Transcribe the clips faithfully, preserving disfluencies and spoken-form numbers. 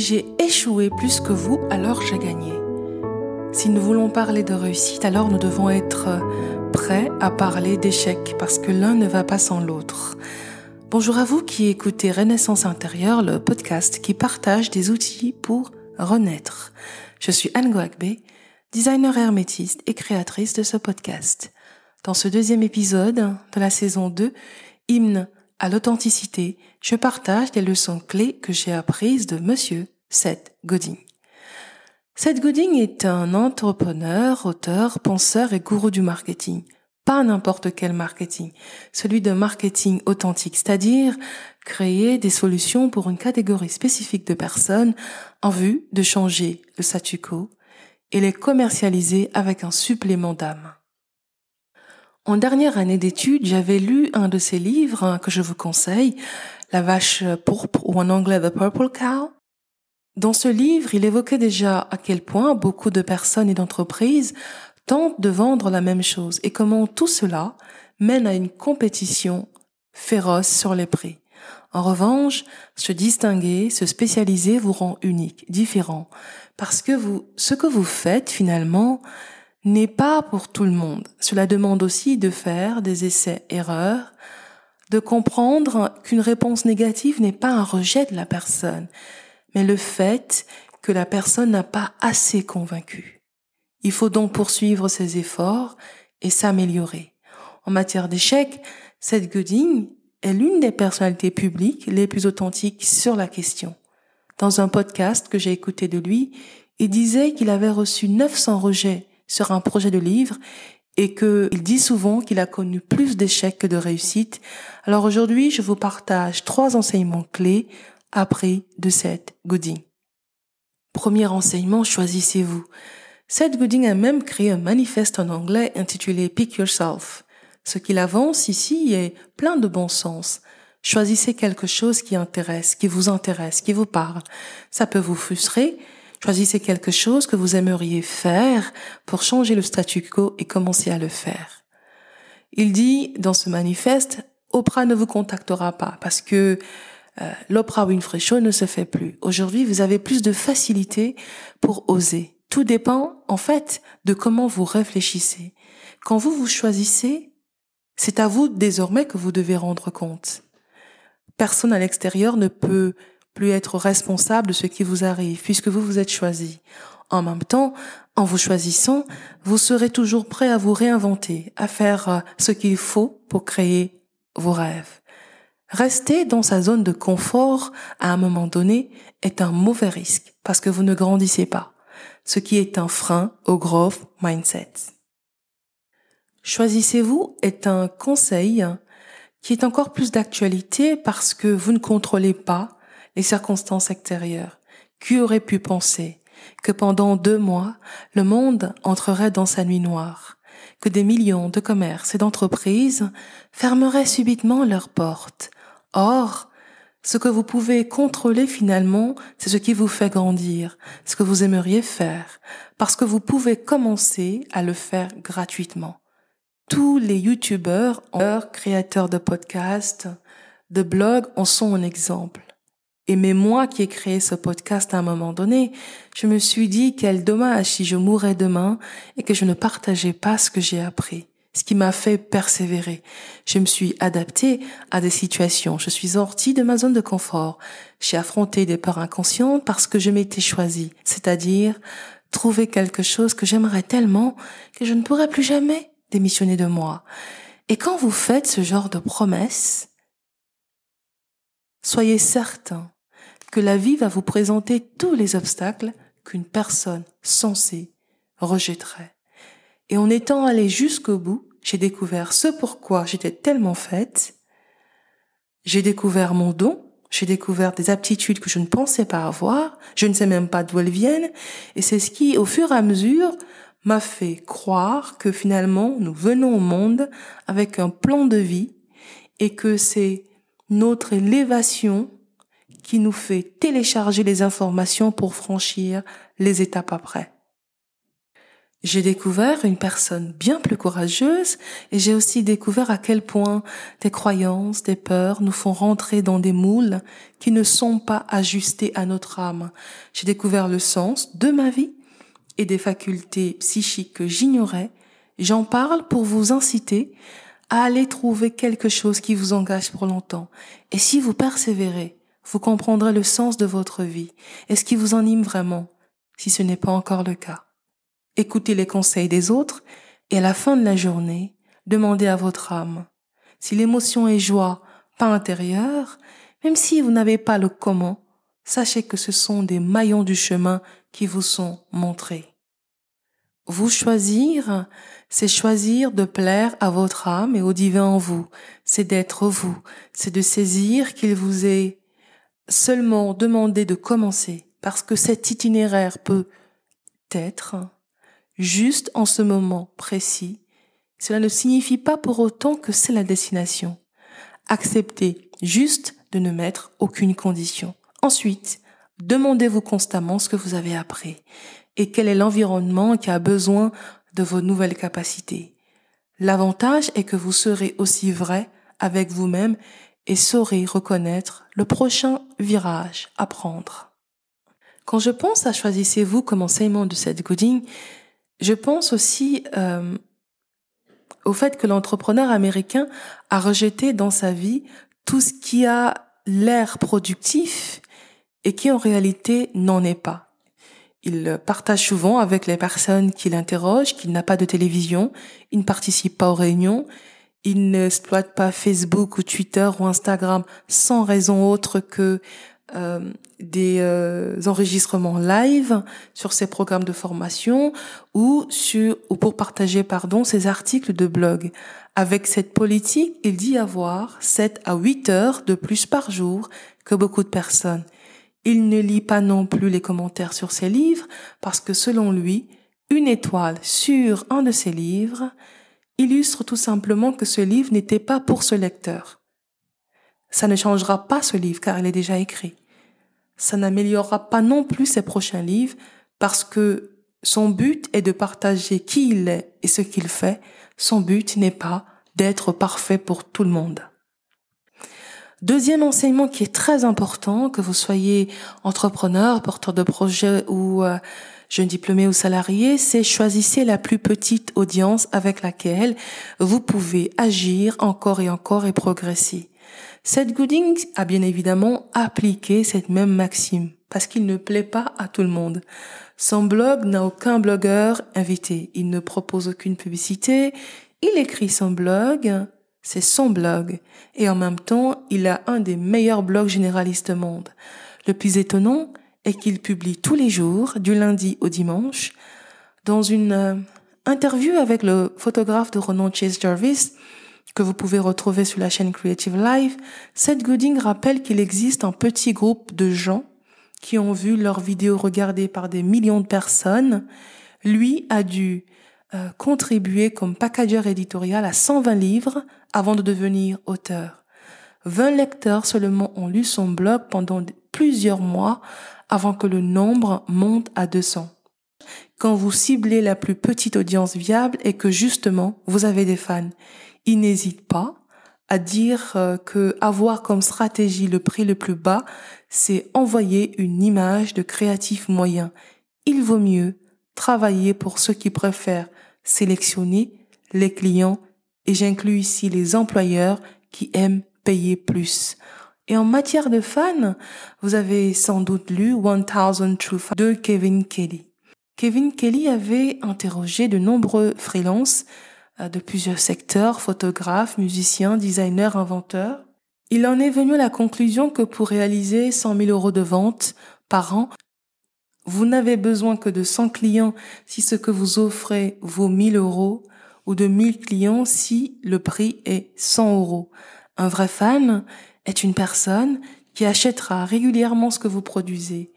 j'ai échoué plus que vous, alors j'ai gagné. Si nous voulons parler de réussite, alors nous devons être prêts à parler d'échec parce que l'un ne va pas sans l'autre. Bonjour à vous qui écoutez Renaissance intérieure, le podcast qui partage des outils pour renaître. Je suis Anne Goagbe, designer hermétiste et créatrice de ce podcast. Dans ce deuxième épisode de la saison deux, Hymne à l'authenticité, je partage des leçons clés que j'ai apprises de Monsieur Seth Godin. Seth Godin est un entrepreneur, auteur, penseur et gourou du marketing. Pas n'importe quel marketing, celui de marketing authentique, c'est-à-dire créer des solutions pour une catégorie spécifique de personnes en vue de changer le statu quo et les commercialiser avec un supplément d'âme. En dernière année d'études, j'avais lu un de ses livres que je vous conseille, La vache pourpre ou en anglais The Purple Cow. Dans ce livre, il évoquait déjà à quel point beaucoup de personnes et d'entreprises tentent de vendre la même chose et comment tout cela mène à une compétition féroce sur les prix. En revanche, se distinguer, se spécialiser vous rend unique, différent, parce que vous, ce que vous faites finalement n'est pas pour tout le monde. Cela demande aussi de faire des essais-erreurs, de comprendre qu'une réponse négative n'est pas un rejet de la personne, mais le fait que la personne n'a pas assez convaincu. Il faut donc poursuivre ses efforts et s'améliorer. En matière d'échec, Seth Godin est l'une des personnalités publiques les plus authentiques sur la question. Dans un podcast que j'ai écouté de lui, il disait qu'il avait reçu neuf cents rejets sur un projet de livre et qu'il dit souvent qu'il a connu plus d'échecs que de réussites. Alors aujourd'hui, je vous partage trois enseignements clés appris de Seth Godin. Premier enseignement, choisissez-vous. Seth Godin a même créé un manifeste en anglais intitulé Pick Yourself. Ce qu'il avance ici est plein de bon sens. Choisissez quelque chose qui intéresse, qui vous intéresse, qui vous parle. Ça peut vous frustrer. Choisissez quelque chose que vous aimeriez faire pour changer le statu quo et commencer à le faire. Il dit dans ce manifeste, Oprah ne vous contactera pas parce que euh, l'Oprah Winfrey Show ne se fait plus. Aujourd'hui, vous avez plus de facilité pour oser. Tout dépend, en fait, de comment vous réfléchissez. Quand vous vous choisissez, c'est à vous désormais que vous devez rendre compte. Personne à l'extérieur ne peut plus être responsable de ce qui vous arrive, puisque vous vous êtes choisi. En même temps, en vous choisissant, vous serez toujours prêt à vous réinventer, à faire ce qu'il faut pour créer vos rêves. Rester dans sa zone de confort à un moment donné est un mauvais risque, parce que vous ne grandissez pas, ce qui est un frein au growth mindset. Choisissez-vous est un conseil qui est encore plus d'actualité parce que vous ne contrôlez pas les circonstances extérieures. Qui aurait pu penser que pendant deux mois, le monde entrerait dans sa nuit noire, que des millions de commerces et d'entreprises fermeraient subitement leurs portes. Or, ce que vous pouvez contrôler finalement, c'est ce qui vous fait grandir, ce que vous aimeriez faire, parce que vous pouvez commencer à le faire gratuitement. Tous les youtubeurs, créateurs de podcasts, de blogs en sont un exemple. Et même moi qui ai créé ce podcast à un moment donné, je me suis dit quel dommage si je mourais demain et que je ne partageais pas ce que j'ai appris, ce qui m'a fait persévérer. Je me suis adaptée à des situations, je suis sortie de ma zone de confort. J'ai affronté des peurs inconscientes parce que je m'étais choisie, c'est-à-dire trouver quelque chose que j'aimerais tellement que je ne pourrais plus jamais démissionner de moi. Et quand vous faites ce genre de promesses, soyez certain que la vie va vous présenter tous les obstacles qu'une personne sensée rejetterait. Et en étant allée jusqu'au bout, j'ai découvert ce pourquoi j'étais tellement faite. J'ai découvert mon don, j'ai découvert des aptitudes que je ne pensais pas avoir, je ne sais même pas d'où elles viennent, et c'est ce qui, au fur et à mesure, m'a fait croire que finalement, nous venons au monde avec un plan de vie et que c'est notre élévation qui nous fait télécharger les informations pour franchir les étapes après. J'ai découvert une personne bien plus courageuse et j'ai aussi découvert à quel point des croyances, des peurs nous font rentrer dans des moules qui ne sont pas ajustés à notre âme. J'ai découvert le sens de ma vie et des facultés psychiques que j'ignorais. J'en parle pour vous inciter à aller trouver quelque chose qui vous engage pour longtemps. Et si vous persévérez, vous comprendrez le sens de votre vie et ce qui vous anime vraiment, si ce n'est pas encore le cas. Écoutez les conseils des autres et à la fin de la journée, demandez à votre âme. Si l'émotion est joie, pas intérieure, même si vous n'avez pas le comment, sachez que ce sont des maillons du chemin qui vous sont montrés. Vous choisir, c'est choisir de plaire à votre âme et au divin en vous. C'est d'être vous. C'est de saisir qu'il vous est seulement demandé de commencer parce que cet itinéraire peut être juste en ce moment précis. Cela ne signifie pas pour autant que c'est la destination. Acceptez juste de ne mettre aucune condition. Ensuite, demandez-vous constamment ce que vous avez appris et quel est l'environnement qui a besoin de vos nouvelles capacités. L'avantage est que vous serez aussi vrai avec vous-même et saurez reconnaître le prochain virage à prendre. Quand je pense à choisissez-vous comme enseignement de Seth Godin, je pense aussi euh, au fait que l'entrepreneur américain a rejeté dans sa vie tout ce qui a l'air productif et qui en réalité n'en est pas. Il partage souvent avec les personnes qui l'interrogent qu'il n'a pas de télévision, il ne participe pas aux réunions, il n'exploite pas Facebook ou Twitter ou Instagram sans raison autre que euh, des euh, enregistrements live sur ses programmes de formation ou sur ou pour partager pardon ses articles de blog. Avec cette politique, il dit avoir sept à huit heures de plus par jour que beaucoup de personnes. Il ne lit pas non plus les commentaires sur ses livres parce que selon lui, une étoile sur un de ses livres illustre tout simplement que ce livre n'était pas pour ce lecteur. Ça ne changera pas ce livre car il est déjà écrit. Ça n'améliorera pas non plus ses prochains livres parce que son but est de partager qui il est et ce qu'il fait. Son but n'est pas d'être parfait pour tout le monde. Deuxième enseignement qui est très important, que vous soyez entrepreneur, porteur de projet ou euh, jeune diplômé ou salarié, c'est choisissez la plus petite audience avec laquelle vous pouvez agir encore et encore et progresser. Seth Godin a bien évidemment appliqué cette même maxime parce qu'il ne plaît pas à tout le monde. Son blog n'a aucun blogueur invité. Il ne propose aucune publicité. Il écrit son blog. C'est son blog. Et en même temps, il a un des meilleurs blogs généralistes au monde. Le plus étonnant est qu'il publie tous les jours, du lundi au dimanche. Dans une euh, interview avec le photographe de renom Chase Jarvis, que vous pouvez retrouver sur la chaîne Creative Live, Seth Godin rappelle qu'il existe un petit groupe de gens qui ont vu leurs vidéos regardées par des millions de personnes. Lui a dû euh, contribuer comme packageur éditorial à cent vingt livres avant de devenir auteur. vingt lecteurs seulement ont lu son blog pendant plusieurs mois avant que le nombre monte à deux cents. Quand vous ciblez la plus petite audience viable et que justement vous avez des fans, il n'hésite pas à dire euh, que avoir comme stratégie le prix le plus bas, c'est envoyer une image de créatif moyen. Il vaut mieux travailler pour ceux qui préfèrent sélectionner les clients et j'inclus ici les employeurs qui aiment payer plus. Et en matière de fans, vous avez sans doute lu one thousand True Fans de Kevin Kelly. Kevin Kelly avait interrogé de nombreux freelances de plusieurs secteurs, photographes, musiciens, designers, inventeurs. Il en est venu à la conclusion que pour réaliser cent mille euros de vente par an, vous n'avez besoin que de cent clients si ce que vous offrez vaut mille euros ou de mille clients si le prix est cent euros. Un vrai fan est une personne qui achètera régulièrement ce que vous produisez.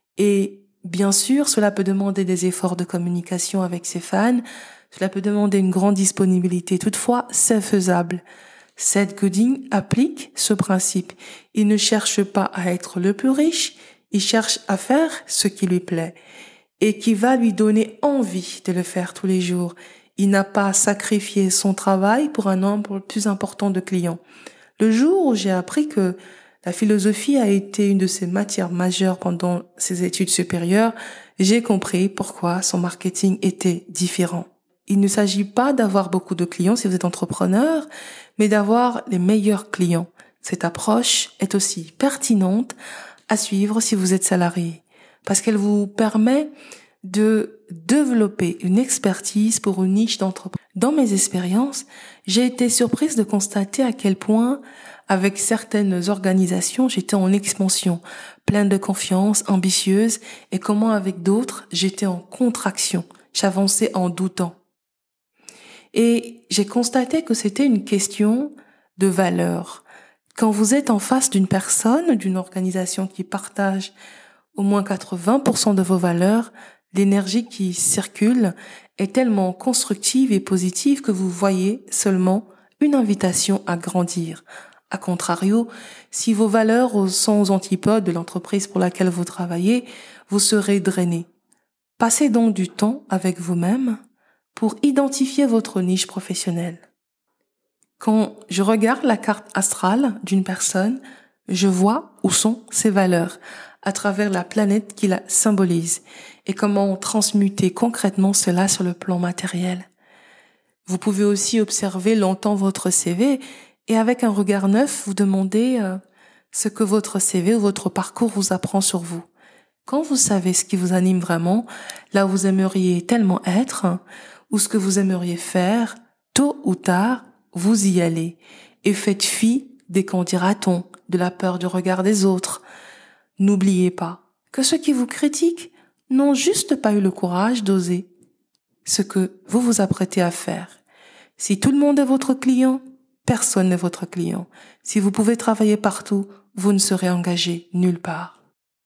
Et bien sûr, cela peut demander des efforts de communication avec ses fans, cela peut demander une grande disponibilité. Toutefois, c'est faisable. Seth Godin applique ce principe. Il ne cherche pas à être le plus riche, il cherche à faire ce qui lui plaît. et qui va lui donner envie de le faire tous les jours. Il n'a pas sacrifié son travail pour un nombre plus important de clients. Le jour où j'ai appris que la philosophie a été une de ses matières majeures pendant ses études supérieures, j'ai compris pourquoi son marketing était différent. Il ne s'agit pas d'avoir beaucoup de clients si vous êtes entrepreneur, mais d'avoir les meilleurs clients. Cette approche est aussi pertinente à suivre si vous êtes salarié, parce qu'elle vous permet de développer une expertise pour une niche d'entreprise. Dans mes expériences, j'ai été surprise de constater à quel point, avec certaines organisations, j'étais en expansion, pleine de confiance, ambitieuse, et comment avec d'autres, j'étais en contraction, j'avançais en doutant. Et j'ai constaté que c'était une question de valeur. Quand vous êtes en face d'une personne, d'une organisation qui partage au moins quatre-vingts pour cent de vos valeurs, l'énergie qui circule est tellement constructive et positive que vous voyez seulement une invitation à grandir. A contrario, si vos valeurs sont aux antipodes de l'entreprise pour laquelle vous travaillez, vous serez drainé. Passez donc du temps avec vous-même pour identifier votre niche professionnelle. Quand je regarde la carte astrale d'une personne, je vois où sont ses valeurs à travers la planète qui la symbolise et comment transmuter concrètement cela sur le plan matériel. Vous pouvez aussi observer longtemps votre C V et avec un regard neuf vous demander euh, ce que votre C V ou votre parcours vous apprend sur vous. Quand vous savez ce qui vous anime vraiment, là où vous aimeriez tellement être ou ce que vous aimeriez faire, tôt ou tard, vous y allez et faites fi des qu'en dira-t-on, de la peur du regard des autres. N'oubliez pas que ceux qui vous critiquent n'ont juste pas eu le courage d'oser ce que vous vous apprêtez à faire. Si tout le monde est votre client, personne n'est votre client. Si vous pouvez travailler partout, vous ne serez engagé nulle part.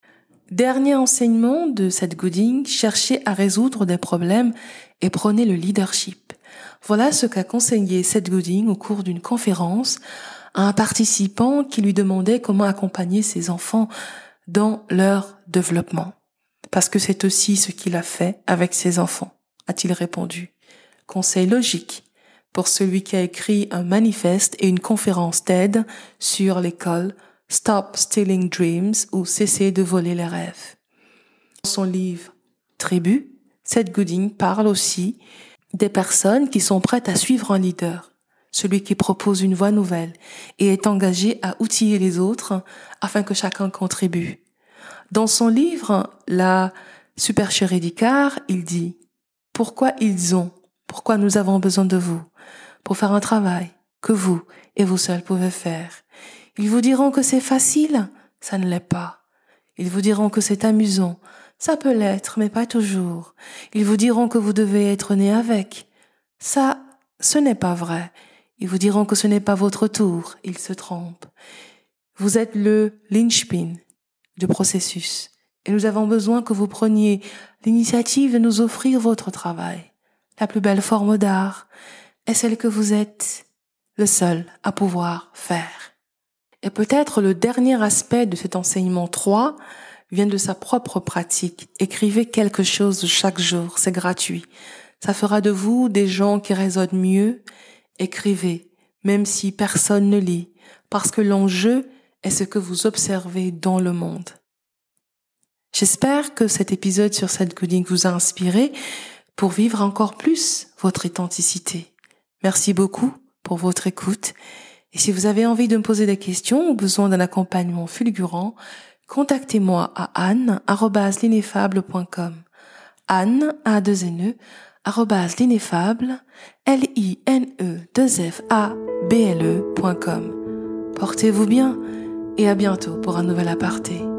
Dernier enseignement de Seth Godin, cherchez à résoudre des problèmes et prenez le leadership. Voilà ce qu'a conseillé Seth Godin au cours d'une conférence à un participant qui lui demandait comment accompagner ses enfants dans leur développement. Parce que c'est aussi ce qu'il a fait avec ses enfants, a-t-il répondu. Conseil logique pour celui qui a écrit un manifeste et une conférence TED sur l'école Stop Stealing Dreams ou Cessez de voler les rêves. Dans son livre Tribu, Seth Godin parle aussi des personnes qui sont prêtes à suivre un leader, celui qui propose une voie nouvelle et est engagé à outiller les autres afin que chacun contribue. Dans son livre, La supercherie d'Icare, il dit « Pourquoi ils ont, pourquoi nous avons besoin de vous pour faire un travail que vous et vous seuls pouvez faire. Ils vous diront que c'est facile, ça ne l'est pas. Ils vous diront que c'est amusant, ça peut l'être, mais pas toujours. Ils vous diront que vous devez être né avec. Ça, ce n'est pas vrai. Ils vous diront que ce n'est pas votre tour, ils se trompent. Vous êtes le linchpin du processus et nous avons besoin que vous preniez l'initiative de nous offrir votre travail. La plus belle forme d'art est celle que vous êtes le seul à pouvoir faire. Et peut-être le dernier aspect de cet enseignement trois vient de sa propre pratique. Écrivez quelque chose chaque jour, c'est gratuit. Ça fera de vous des gens qui raisonnent mieux. Écrivez, même si personne ne lit, parce que l'enjeu est ce que vous observez dans le monde. J'espère que cet épisode sur Seth Godin vous a inspiré pour vivre encore plus votre authenticité. Merci beaucoup pour votre écoute. Et si vous avez envie de me poser des questions ou besoin d'un accompagnement fulgurant, contactez-moi à anne arobase l'ineffable point com. Anne, A deux N E, arobase l'ineffable, L I N E deux F A B L E point com. Portez-vous bien et à bientôt pour un nouvel aparté.